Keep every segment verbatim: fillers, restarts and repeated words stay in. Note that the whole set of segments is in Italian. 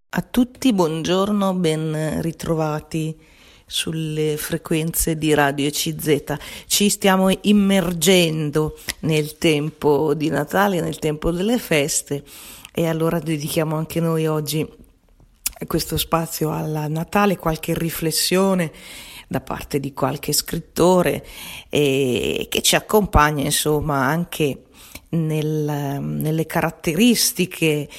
A tutti buongiorno, ben ritrovati sulle frequenze di Radio C Z. Ci stiamo immergendo nel tempo di Natale, nel tempo delle feste, e allora dedichiamo anche noi oggi questo spazio al Natale, qualche riflessione da parte di qualche scrittore eh, che ci accompagna insomma anche nel, nelle caratteristiche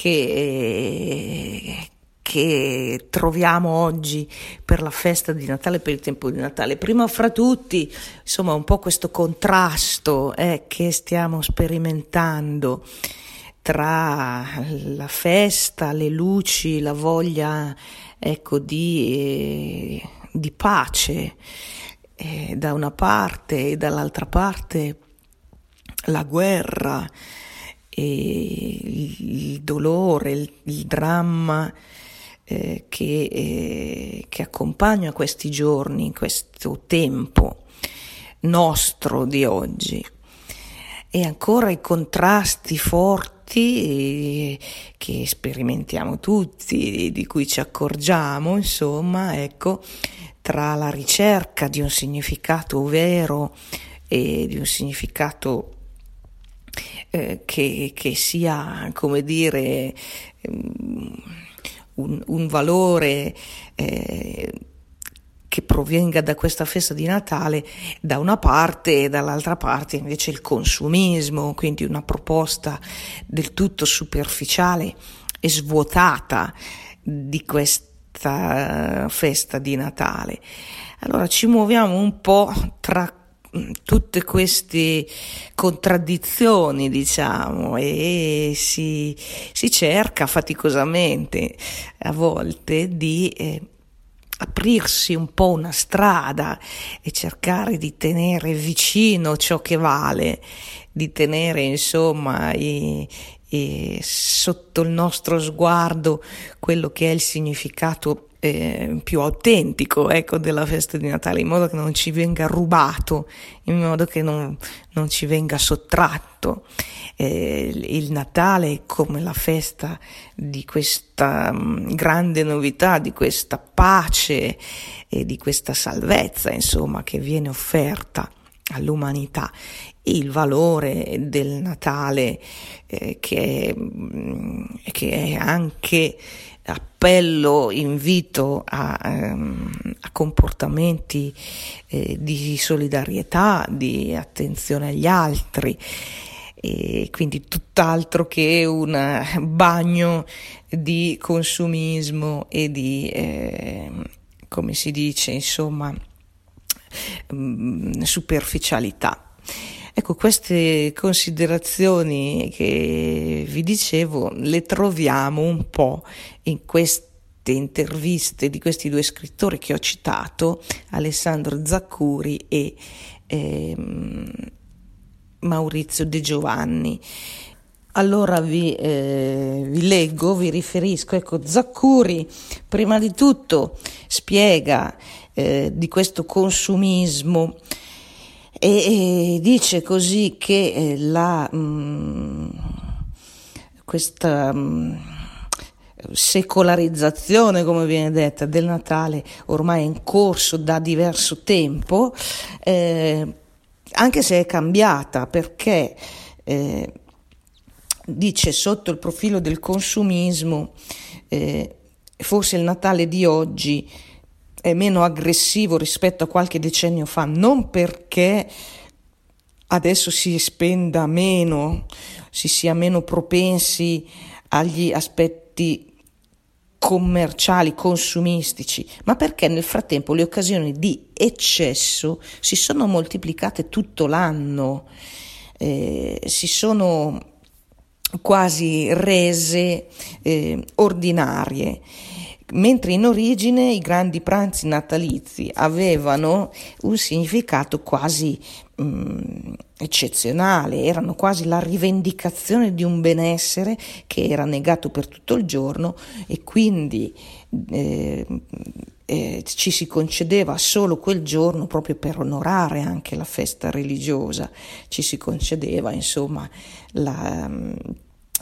che, che troviamo oggi per la festa di Natale, per il tempo di Natale. Prima fra tutti, insomma, un po' questo contrasto eh, che stiamo sperimentando tra la festa, le luci, la voglia, ecco, di, eh, di pace eh, da una parte, e dall'altra parte la guerra, e il dolore, il, il dramma eh, che, eh, che accompagna questi giorni, questo tempo nostro di oggi. E ancora i contrasti forti eh, che sperimentiamo tutti, di cui ci accorgiamo, insomma, ecco, tra la ricerca di un significato vero e di un significato eh, che, che sia, come dire, un, un valore eh, che provenga da questa festa di Natale da una parte, e dall'altra parte invece il consumismo, quindi una proposta del tutto superficiale e svuotata di questa festa di Natale. Allora ci muoviamo un po' tra tutte queste contraddizioni, diciamo, e si, si cerca faticosamente a volte di eh, aprirsi un po' una strada e cercare di tenere vicino ciò che vale, di tenere insomma i, i, sotto il nostro sguardo quello che è il significato eh, più autentico, ecco, della festa di Natale, in modo che non ci venga rubato, in modo che non, non ci venga sottratto. Eh, il Natale come la festa di questa um, grande novità, di questa pace e di questa salvezza, insomma, che viene offerta all'umanità. Il valore del Natale eh, che, è, che è anche appello, invito a, um, a comportamenti eh, di solidarietà, di attenzione agli altri, e quindi tutt'altro che un bagno di consumismo e di, eh, come si dice, insomma, um, superficialità. Ecco, queste considerazioni che vi dicevo le troviamo un po' in queste interviste di questi due scrittori che ho citato, Alessandro Zaccuri e ehm, Maurizio De Giovanni. Allora vi, eh, vi leggo, vi riferisco. Ecco, Zaccuri prima di tutto spiega eh, di questo consumismo e, e dice così che eh, la mh, questa mh, secolarizzazione, come viene detta, del Natale ormai è in corso da diverso tempo, eh, anche se è cambiata, perché eh, dice sotto il profilo del consumismo eh, forse il Natale di oggi è meno aggressivo rispetto a qualche decennio fa, non perché adesso si spenda meno, si sia meno propensi agli aspetti commerciali, consumistici, ma perché nel frattempo le occasioni di eccesso si sono moltiplicate tutto l'anno, eh, si sono quasi rese eh, ordinarie. Mentre in origine i grandi pranzi natalizi avevano un significato quasi mh, eccezionale, erano quasi la rivendicazione di un benessere che era negato per tutto il giorno, e quindi eh, eh, ci si concedeva solo quel giorno proprio per onorare anche la festa religiosa, ci si concedeva insomma la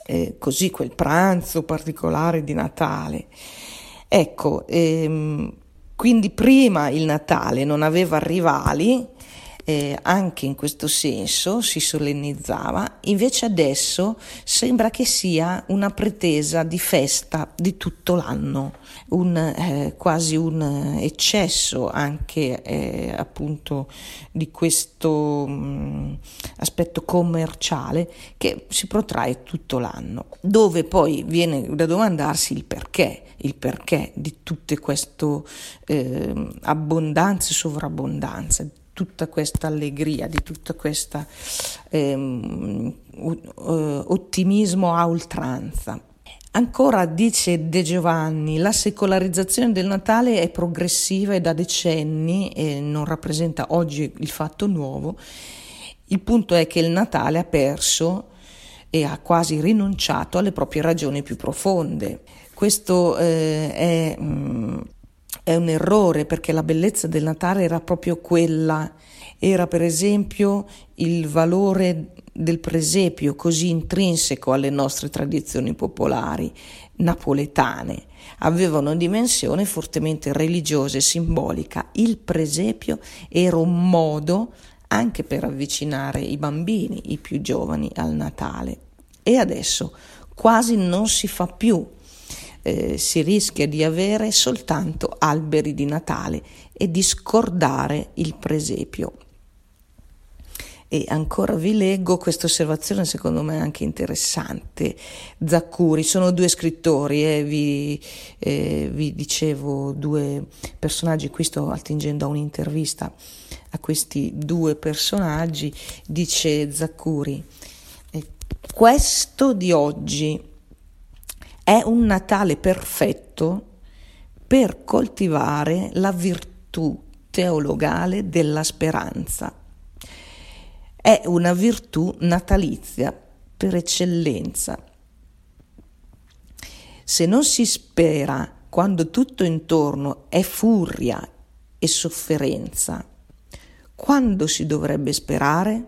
eh, così quel pranzo particolare di Natale. Ecco, ehm, quindi prima il Natale non aveva rivali, eh, anche in questo senso si solennizzava, invece adesso sembra che sia una pretesa di festa di tutto l'anno, un, eh, quasi un eccesso anche eh, appunto di questo mh, aspetto commerciale che si protrae tutto l'anno, dove poi viene da domandarsi il perché, il perché di tutte queste eh, abbondanze, sovrabbondanze, tutta questa allegria, di tutta questa ehm, ottimismo a oltranza. Ancora dice De Giovanni, la secolarizzazione del Natale è progressiva e da decenni e non rappresenta oggi il fatto nuovo. Il punto è che il Natale ha perso e ha quasi rinunciato alle proprie ragioni più profonde. Questo eh, è... Mh, È un errore, perché la bellezza del Natale era proprio quella, era per esempio il valore del presepio così intrinseco alle nostre tradizioni popolari napoletane, aveva una dimensione fortemente religiosa e simbolica. Il presepio era un modo anche per avvicinare i bambini, i più giovani, al Natale, e adesso quasi non si fa più. Eh, si rischia di avere soltanto alberi di Natale e di scordare il presepio. E ancora vi leggo questa osservazione, secondo me anche interessante. Zaccuri, sono due scrittori, eh, vi, eh, vi dicevo due personaggi, qui sto attingendo a un'intervista a questi due personaggi. Dice Zaccuri, eh, questo di oggi è un Natale perfetto per coltivare la virtù teologale della speranza. È una virtù natalizia per eccellenza. Se non si spera quando tutto intorno è furia e sofferenza, quando si dovrebbe sperare?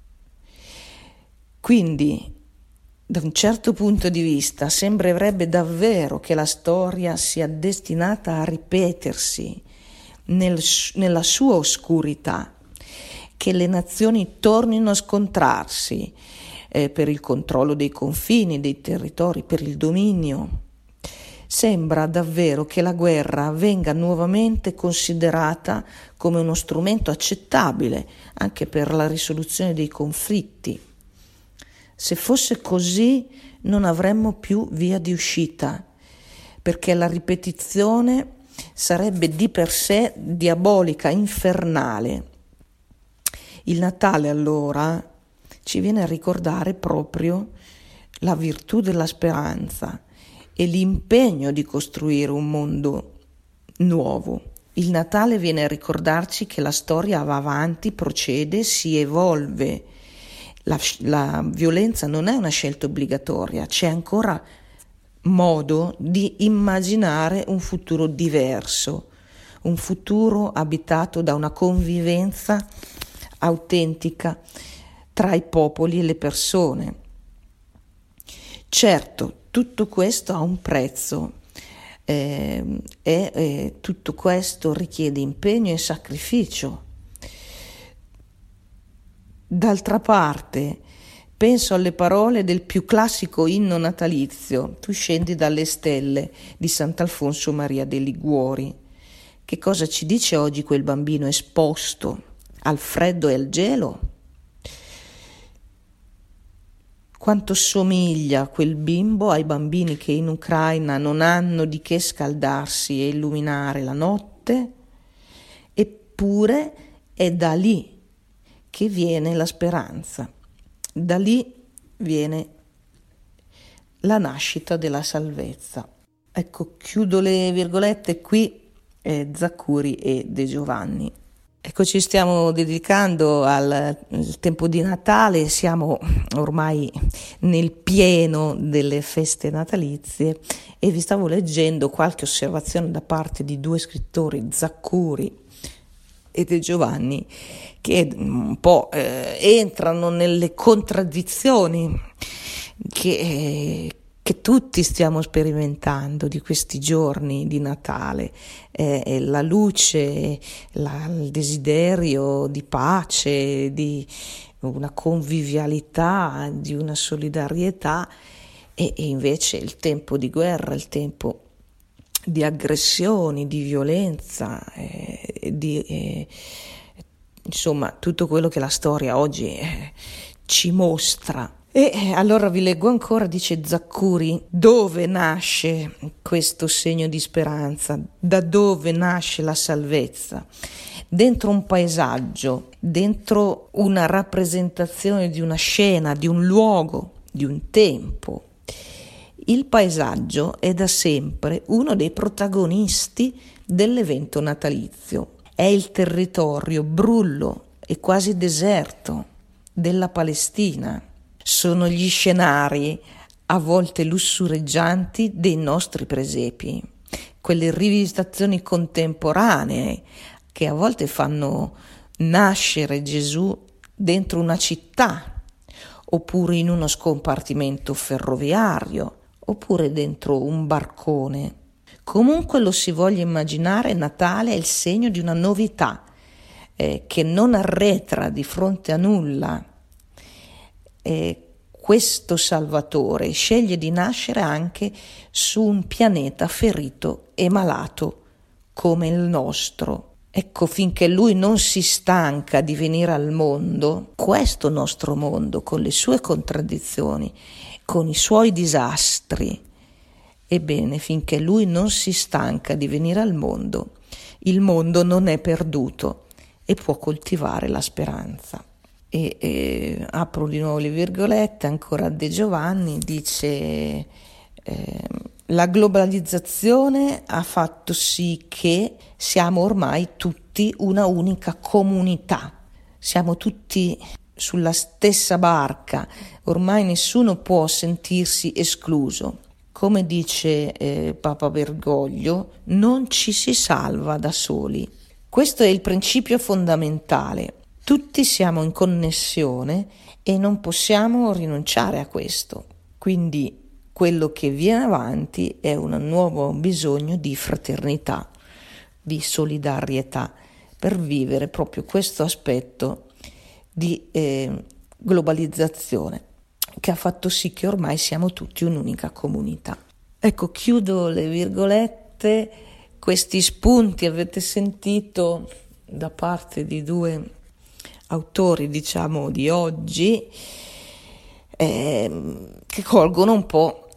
Quindi, da un certo punto di vista, sembrerebbe davvero che la storia sia destinata a ripetersi nel, nella sua oscurità, che le nazioni tornino a scontrarsi eh, per il controllo dei confini, dei territori, per il dominio. Sembra davvero che la guerra venga nuovamente considerata come uno strumento accettabile anche per la risoluzione dei conflitti. Se fosse così non avremmo più via di uscita, perché la ripetizione sarebbe di per sé diabolica, infernale. Il Natale allora ci viene a ricordare proprio la virtù della speranza e l'impegno di costruire un mondo nuovo. Il Natale viene a ricordarci che la storia va avanti, procede, si evolve. La, la violenza non è una scelta obbligatoria, c'è ancora modo di immaginare un futuro diverso, un futuro abitato da una convivenza autentica tra i popoli e le persone. Certo, tutto questo ha un prezzo eh, e eh, tutto questo richiede impegno e sacrificio. D'altra parte, penso alle parole del più classico inno natalizio, Tu scendi dalle stelle, di Sant'Alfonso Maria de' Liguori. Che cosa ci dice oggi quel bambino esposto al freddo e al gelo? Quanto somiglia quel bimbo ai bambini che in Ucraina non hanno di che scaldarsi e illuminare la notte? Eppure è da lì che viene la speranza, da lì viene la nascita della salvezza. Ecco, chiudo le virgolette qui, eh, Zaccuri e De Giovanni. Ecco, ci stiamo dedicando al, al tempo di Natale, siamo ormai nel pieno delle feste natalizie e vi stavo leggendo qualche osservazione da parte di due scrittori, Zaccuri e De Giovanni, che un po' eh, entrano nelle contraddizioni che, eh, che tutti stiamo sperimentando di questi giorni di Natale, eh, la luce, la, il desiderio di pace, di una convivialità, di una solidarietà, e, e invece il tempo di guerra, il tempo di aggressioni, di violenza, eh, di, eh, insomma tutto quello che la storia oggi eh, ci mostra. E eh, allora vi leggo ancora, dice Zaccuri, dove nasce questo segno di speranza? Da dove nasce la salvezza? Dentro un paesaggio, dentro una rappresentazione di una scena, di un luogo, di un tempo. Il paesaggio è da sempre uno dei protagonisti dell'evento natalizio. È il territorio brullo e quasi deserto della Palestina. Sono gli scenari, a volte lussureggianti, dei nostri presepi, quelle rivisitazioni contemporanee che a volte fanno nascere Gesù dentro una città, oppure in uno scompartimento ferroviario, oppure dentro un barcone. Comunque lo si voglia immaginare, Natale è il segno di una novità eh, che non arretra di fronte a nulla. E questo Salvatore sceglie di nascere anche su un pianeta ferito e malato come il nostro. Ecco, finché lui non si stanca di venire al mondo, questo nostro mondo, con le sue contraddizioni, con i suoi disastri, ebbene, finché lui non si stanca di venire al mondo, il mondo non è perduto e può coltivare la speranza. E, e apro di nuovo le virgolette, ancora De Giovanni dice eh, la globalizzazione ha fatto sì che siamo ormai tutti una unica comunità, siamo tutti sulla stessa barca, ormai nessuno può sentirsi escluso. Come dice eh, Papa Bergoglio, non ci si salva da soli. Questo è il principio fondamentale. Tutti siamo in connessione e non possiamo rinunciare a questo. Quindi quello che viene avanti è un nuovo bisogno di fraternità, di solidarietà, per vivere proprio questo aspetto di eh, globalizzazione che ha fatto sì che ormai siamo tutti un'unica comunità. Ecco, chiudo le virgolette. Questi spunti avete sentito da parte di due autori, diciamo, di oggi, eh, che colgono un po'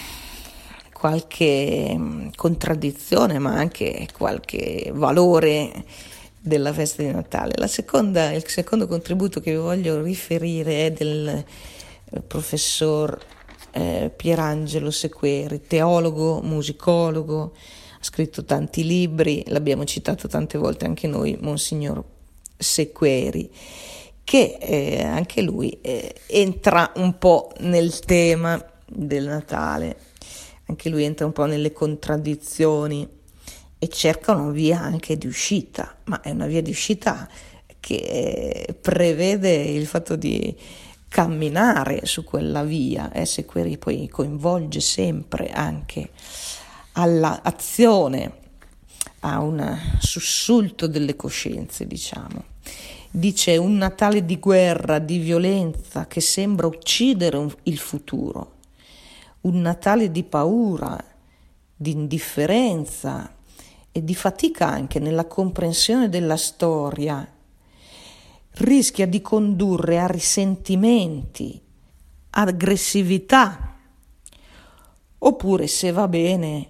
qualche contraddizione, ma anche qualche valore della festa di Natale. La seconda, il secondo contributo che vi voglio riferire è del professor eh, Pierangelo Sequeri, teologo, musicologo, ha scritto tanti libri, l'abbiamo citato tante volte anche noi, Monsignor Sequeri, che eh, anche lui eh, entra un po' nel tema del Natale, anche lui entra un po' nelle contraddizioni e cerca una via anche di uscita, ma è una via di uscita che prevede il fatto di camminare su quella via. Eh, Sequeri poi coinvolge sempre anche all'azione, a un sussulto delle coscienze, diciamo. Dice: un Natale di guerra, di violenza che sembra uccidere un, il futuro, un Natale di paura, di indifferenza e di fatica anche nella comprensione della storia, rischia di condurre a risentimenti, aggressività, oppure, se va bene,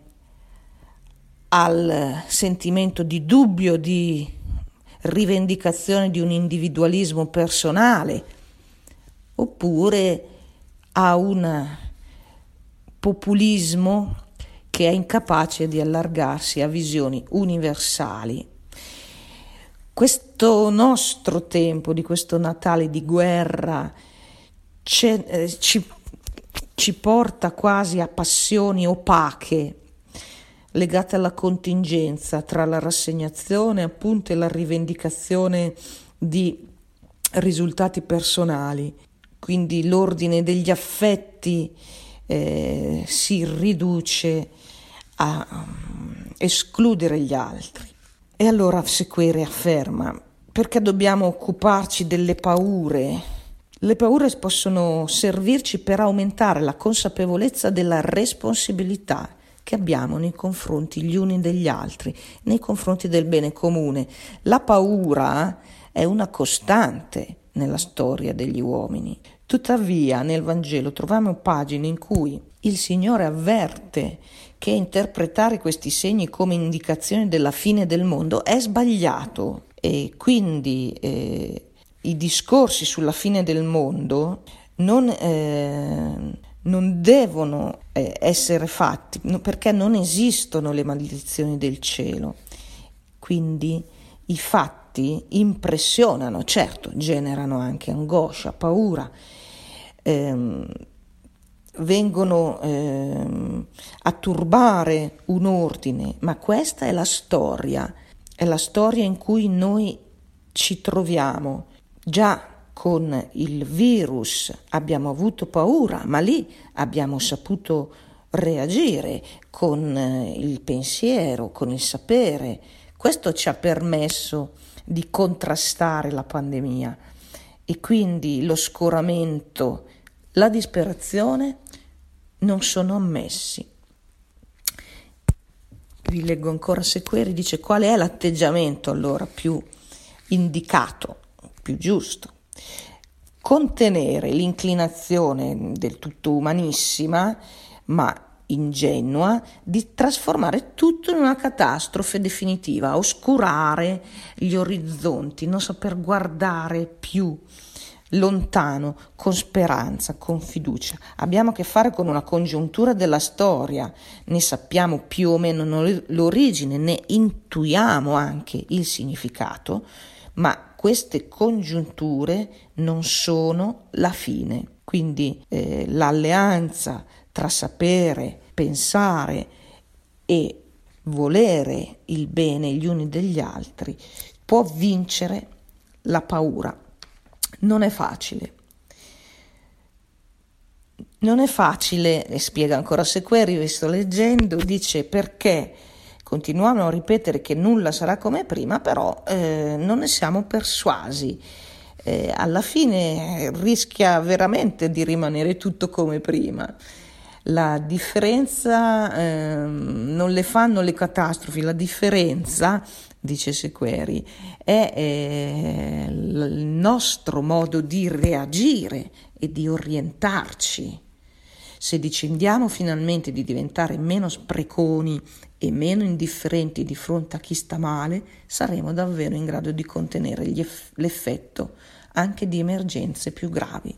al sentimento di dubbio, di rivendicazione di un individualismo personale, oppure a un populismo che è incapace di allargarsi a visioni universali. Questo nostro tempo, di questo Natale di guerra, eh, ci, ci porta quasi a passioni opache, legate alla contingenza tra la rassegnazione, appunto, e la rivendicazione di risultati personali, quindi l'ordine degli affetti eh, si riduce a um, escludere gli altri. E allora Sequere afferma: perché dobbiamo occuparci delle paure? Le paure possono servirci per aumentare la consapevolezza della responsabilità che abbiamo nei confronti gli uni degli altri, nei confronti del bene comune. La paura è una costante nella storia degli uomini. Tuttavia, nel Vangelo troviamo pagine in cui il Signore avverte che interpretare questi segni come indicazioni della fine del mondo è sbagliato, e quindi eh, i discorsi sulla fine del mondo non eh, non devono eh, essere fatti, perché non esistono le maledizioni del cielo. Quindi i fatti impressionano, certo, generano anche angoscia, paura, ehm, vengono ehm, a turbare un ordine, ma questa è la storia, è la storia in cui noi ci troviamo. Già con il virus abbiamo avuto paura, ma lì abbiamo saputo reagire con il pensiero, con il sapere. Questo ci ha permesso di contrastare la pandemia, e quindi lo scoramento, la disperazione non sono ammessi. Vi leggo ancora Sequeri, dice: qual è l'atteggiamento allora più indicato, più giusto? Contenere l'inclinazione del tutto umanissima, ma ingenua, di trasformare tutto in una catastrofe definitiva, oscurare gli orizzonti, non saper guardare più lontano, con speranza, con fiducia. Abbiamo a che fare con una congiuntura della storia, ne sappiamo più o meno l'origine, ne intuiamo anche il significato, ma queste congiunture non sono la fine. Quindi eh, l'alleanza tra sapere, pensare e volere il bene gli uni degli altri può vincere la paura. Non è facile. Non è facile, e spiega ancora Sequeri, vi sto leggendo, dice: perché continuiamo a ripetere che nulla sarà come prima, però eh, non ne siamo persuasi. Eh, alla fine rischia veramente di rimanere tutto come prima. La differenza eh, non le fanno le catastrofi, la differenza, dice Sequeri, è eh, il nostro modo di reagire e di orientarci. Se decidiamo finalmente di diventare meno spreconi e meno indifferenti di fronte a chi sta male, saremo davvero in grado di contenere gli eff- l'effetto anche di emergenze più gravi.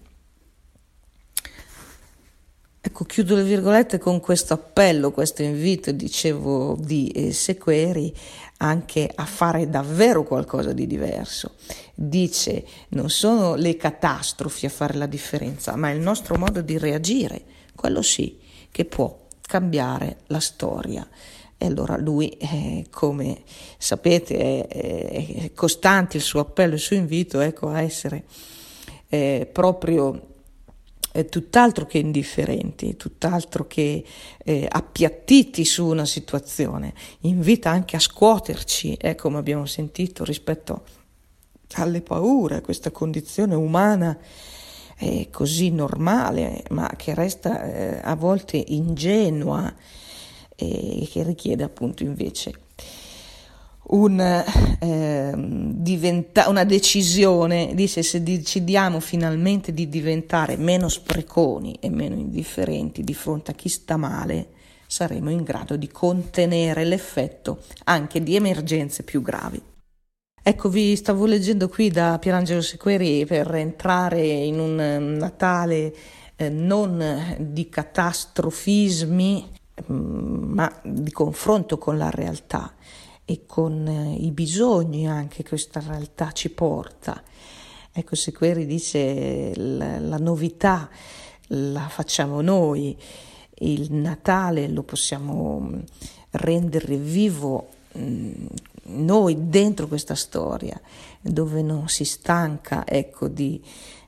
Ecco, chiudo le virgolette con questo appello, questo invito, dicevo, di eh, Sequeri, anche a fare davvero qualcosa di diverso. Dice: non sono le catastrofi a fare la differenza, ma è il nostro modo di reagire, quello sì, che può cambiare la storia. E allora lui, eh, come sapete, è, è costante il suo appello, il suo invito, ecco, a essere eh, proprio eh, tutt'altro che indifferenti, tutt'altro che eh, appiattiti su una situazione. Invita anche a scuoterci, eh, come abbiamo sentito, rispetto alle paure, questa condizione umana è così normale, ma che resta eh, a volte ingenua, e che richiede appunto invece un, eh, diventa, una decisione. Dice: se decidiamo finalmente di diventare meno spreconi e meno indifferenti di fronte a chi sta male, saremo in grado di contenere l'effetto anche di emergenze più gravi. Ecco, vi stavo leggendo qui da Pierangelo Sequeri per entrare in un Natale eh, non di catastrofismi, ma di confronto con la realtà e con eh, i bisogni anche che questa realtà ci porta. Ecco, Sequeri dice: la, la novità la facciamo noi, il Natale lo possiamo rendere vivo mh, noi dentro questa storia, dove non si stanca, ecco, di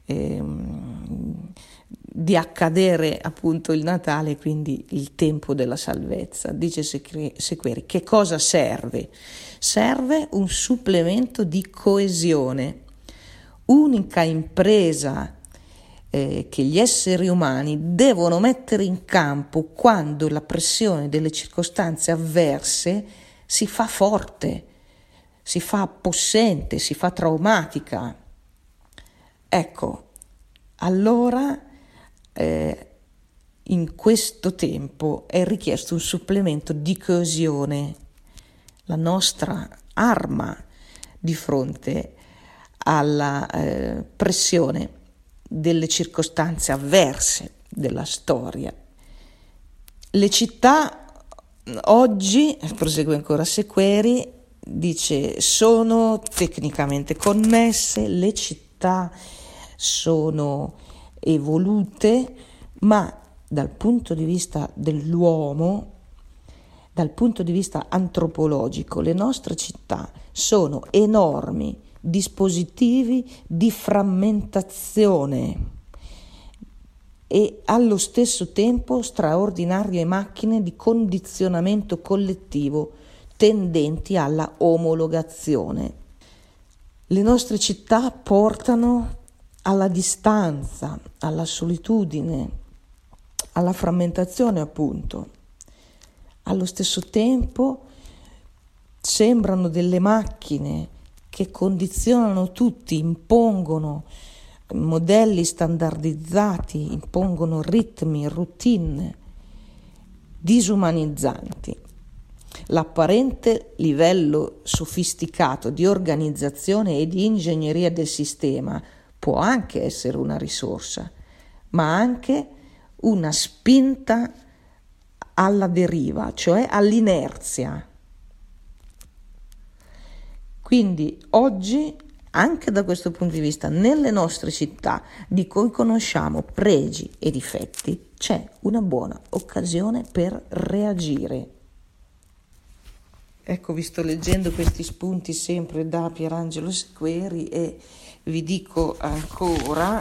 ehm, di accadere appunto il Natale, quindi il tempo della salvezza. Dice Sequeri, che cosa serve? Serve un supplemento di coesione, unica impresa eh, che gli esseri umani devono mettere in campo quando la pressione delle circostanze avverse si fa forte, si fa possente, si fa traumatica. Ecco, allora eh, in questo tempo è richiesto un supplemento di coesione, la nostra arma di fronte alla eh, pressione delle circostanze avverse della storia. Le città oggi, prosegue ancora Sequeri, dice, sono tecnicamente connesse, le città sono evolute, ma dal punto di vista dell'uomo, dal punto di vista antropologico, le nostre città sono enormi dispositivi di frammentazione e allo stesso tempo straordinarie macchine di condizionamento collettivo tendenti alla omologazione. Le nostre città portano alla distanza, alla solitudine, alla frammentazione appunto. Allo stesso tempo sembrano delle macchine che condizionano tutti, impongono modelli standardizzati, impongono ritmi, routine disumanizzanti. L'apparente livello sofisticato di organizzazione e di ingegneria del sistema può anche essere una risorsa, ma anche una spinta alla deriva, cioè all'inerzia. Quindi oggi, anche da questo punto di vista, nelle nostre città, di cui conosciamo pregi e difetti, c'è una buona occasione per reagire. Ecco, vi sto leggendo questi spunti sempre da Pierangelo Sequeri e vi dico ancora,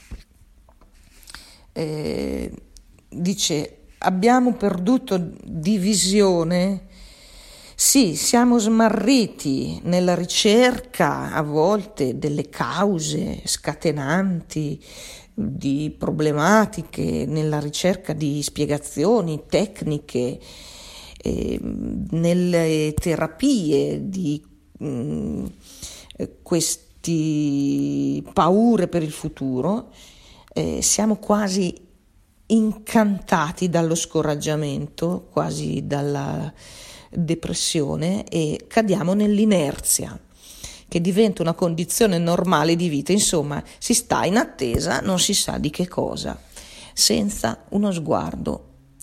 eh, dice, abbiamo perduto di visione. Sì, siamo smarriti nella ricerca a volte delle cause scatenanti di problematiche, nella ricerca di spiegazioni tecniche, eh, nelle terapie di mh, queste paure per il futuro. Eh, siamo quasi incantati dallo scoraggiamento, quasi dalla depressione, e cadiamo nell'inerzia che diventa una condizione normale di vita. Insomma, si sta in attesa, non si sa di che cosa, senza uno sguardo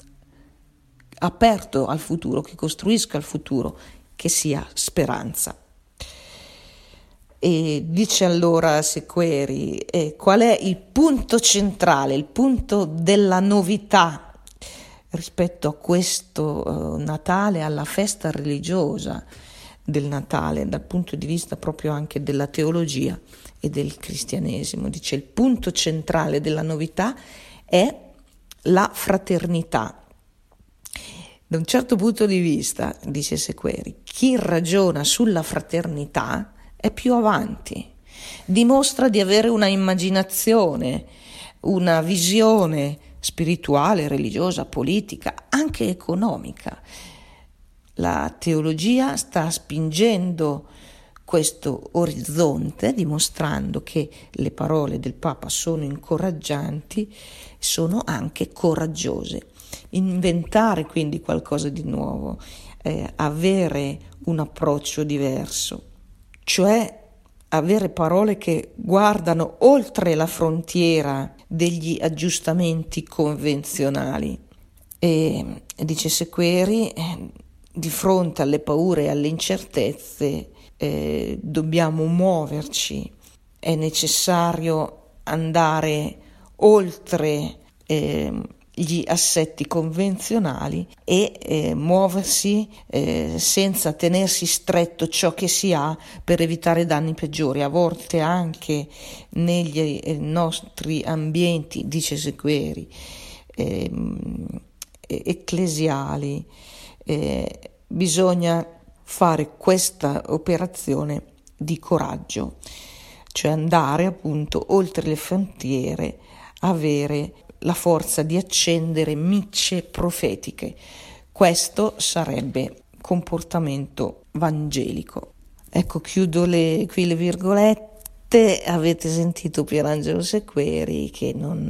aperto al futuro, che costruisca il futuro, che sia speranza. E dice allora Sequeri, eh, qual è il punto centrale, il punto della novità rispetto a questo uh, Natale, alla festa religiosa del Natale, dal punto di vista proprio anche della teologia e del cristianesimo. Dice, il punto centrale della novità è la fraternità. Da un certo punto di vista, dice Sequeri, chi ragiona sulla fraternità è più avanti, dimostra di avere una immaginazione, una visione spirituale, religiosa, politica, anche economica. La teologia sta spingendo questo orizzonte, dimostrando che le parole del Papa sono incoraggianti, sono anche coraggiose. Inventare quindi qualcosa di nuovo, eh, avere un approccio diverso, cioè avere parole che guardano oltre la frontiera degli aggiustamenti convenzionali. E dice Sequeri, eh, di fronte alle paure e alle incertezze eh, dobbiamo muoverci, è necessario andare oltre eh, gli assetti convenzionali e eh, muoversi eh, senza tenersi stretto ciò che si ha per evitare danni peggiori. A volte anche negli eh, nostri ambienti, dice Sequeri, eh, ecclesiali, eh, bisogna fare questa operazione di coraggio, cioè andare appunto oltre le frontiere, avere la forza di accendere micce profetiche. Questo sarebbe comportamento vangelico. Ecco, chiudo le, qui le virgolette. Avete sentito Pierangelo Sequeri, che non,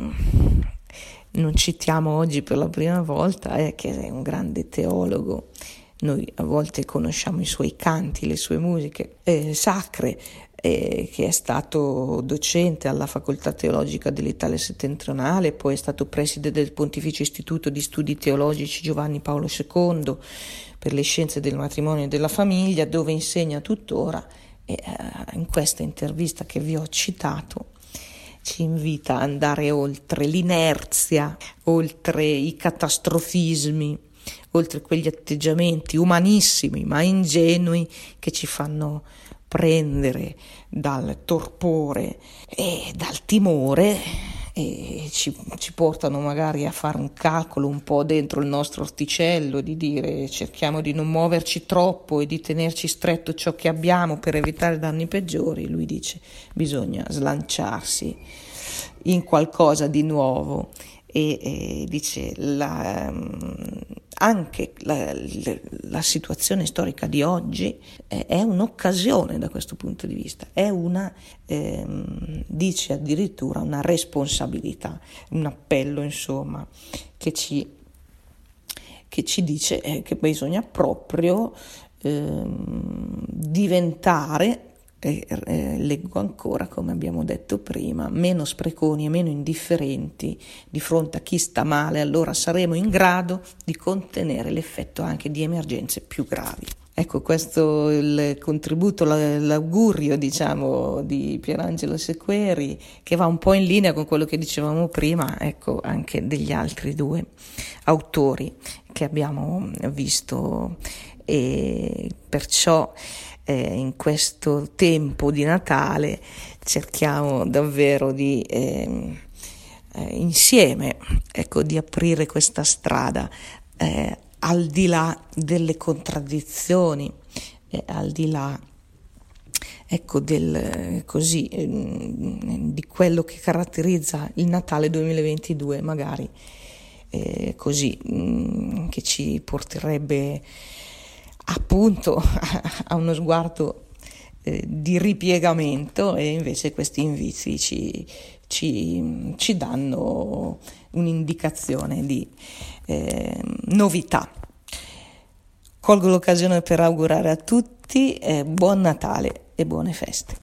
eh, non citiamo oggi per la prima volta, eh, che è un grande teologo. Noi a volte conosciamo i suoi canti, le sue musiche eh, sacre, eh, che è stato docente alla Facoltà Teologica dell'Italia Settentrionale, poi è stato preside del Pontificio Istituto di Studi Teologici Giovanni Paolo secondo per le scienze del matrimonio e della famiglia, dove insegna tuttora, e eh, in questa intervista che vi ho citato ci invita ad andare oltre l'inerzia, oltre i catastrofismi, oltre quegli atteggiamenti umanissimi ma ingenui che ci fanno prendere dal torpore e dal timore e ci, ci portano magari a fare un calcolo un po' dentro il nostro orticello, di dire cerchiamo di non muoverci troppo e di tenerci stretto ciò che abbiamo per evitare danni peggiori. Lui dice bisogna slanciarsi in qualcosa di nuovo e, e dice la, anche la, la, la situazione storica di oggi è, è un'occasione da questo punto di vista, è una, ehm, dice addirittura una responsabilità, un appello insomma che ci, che ci dice eh, che bisogna proprio ehm, diventare, Eh, eh, leggo ancora, come abbiamo detto prima, meno spreconi e meno indifferenti di fronte a chi sta male, allora saremo in grado di contenere l'effetto anche di emergenze più gravi. Ecco, questo è il contributo, l'augurio diciamo di Pierangelo Sequeri, che va un po' in linea con quello che dicevamo prima, ecco, anche degli altri due autori che abbiamo visto, e perciò Eh, in questo tempo di Natale cerchiamo davvero di eh, eh, insieme ecco di aprire questa strada eh, al di là delle contraddizioni, eh, al di là ecco del così eh, di quello che caratterizza il Natale duemilaventidue, magari eh, così mh, che ci porterebbe appunto a uno sguardo eh, di ripiegamento, e invece questi inviti ci, ci, ci danno un'indicazione di eh, novità. Colgo l'occasione per augurare a tutti eh, buon Natale e buone feste.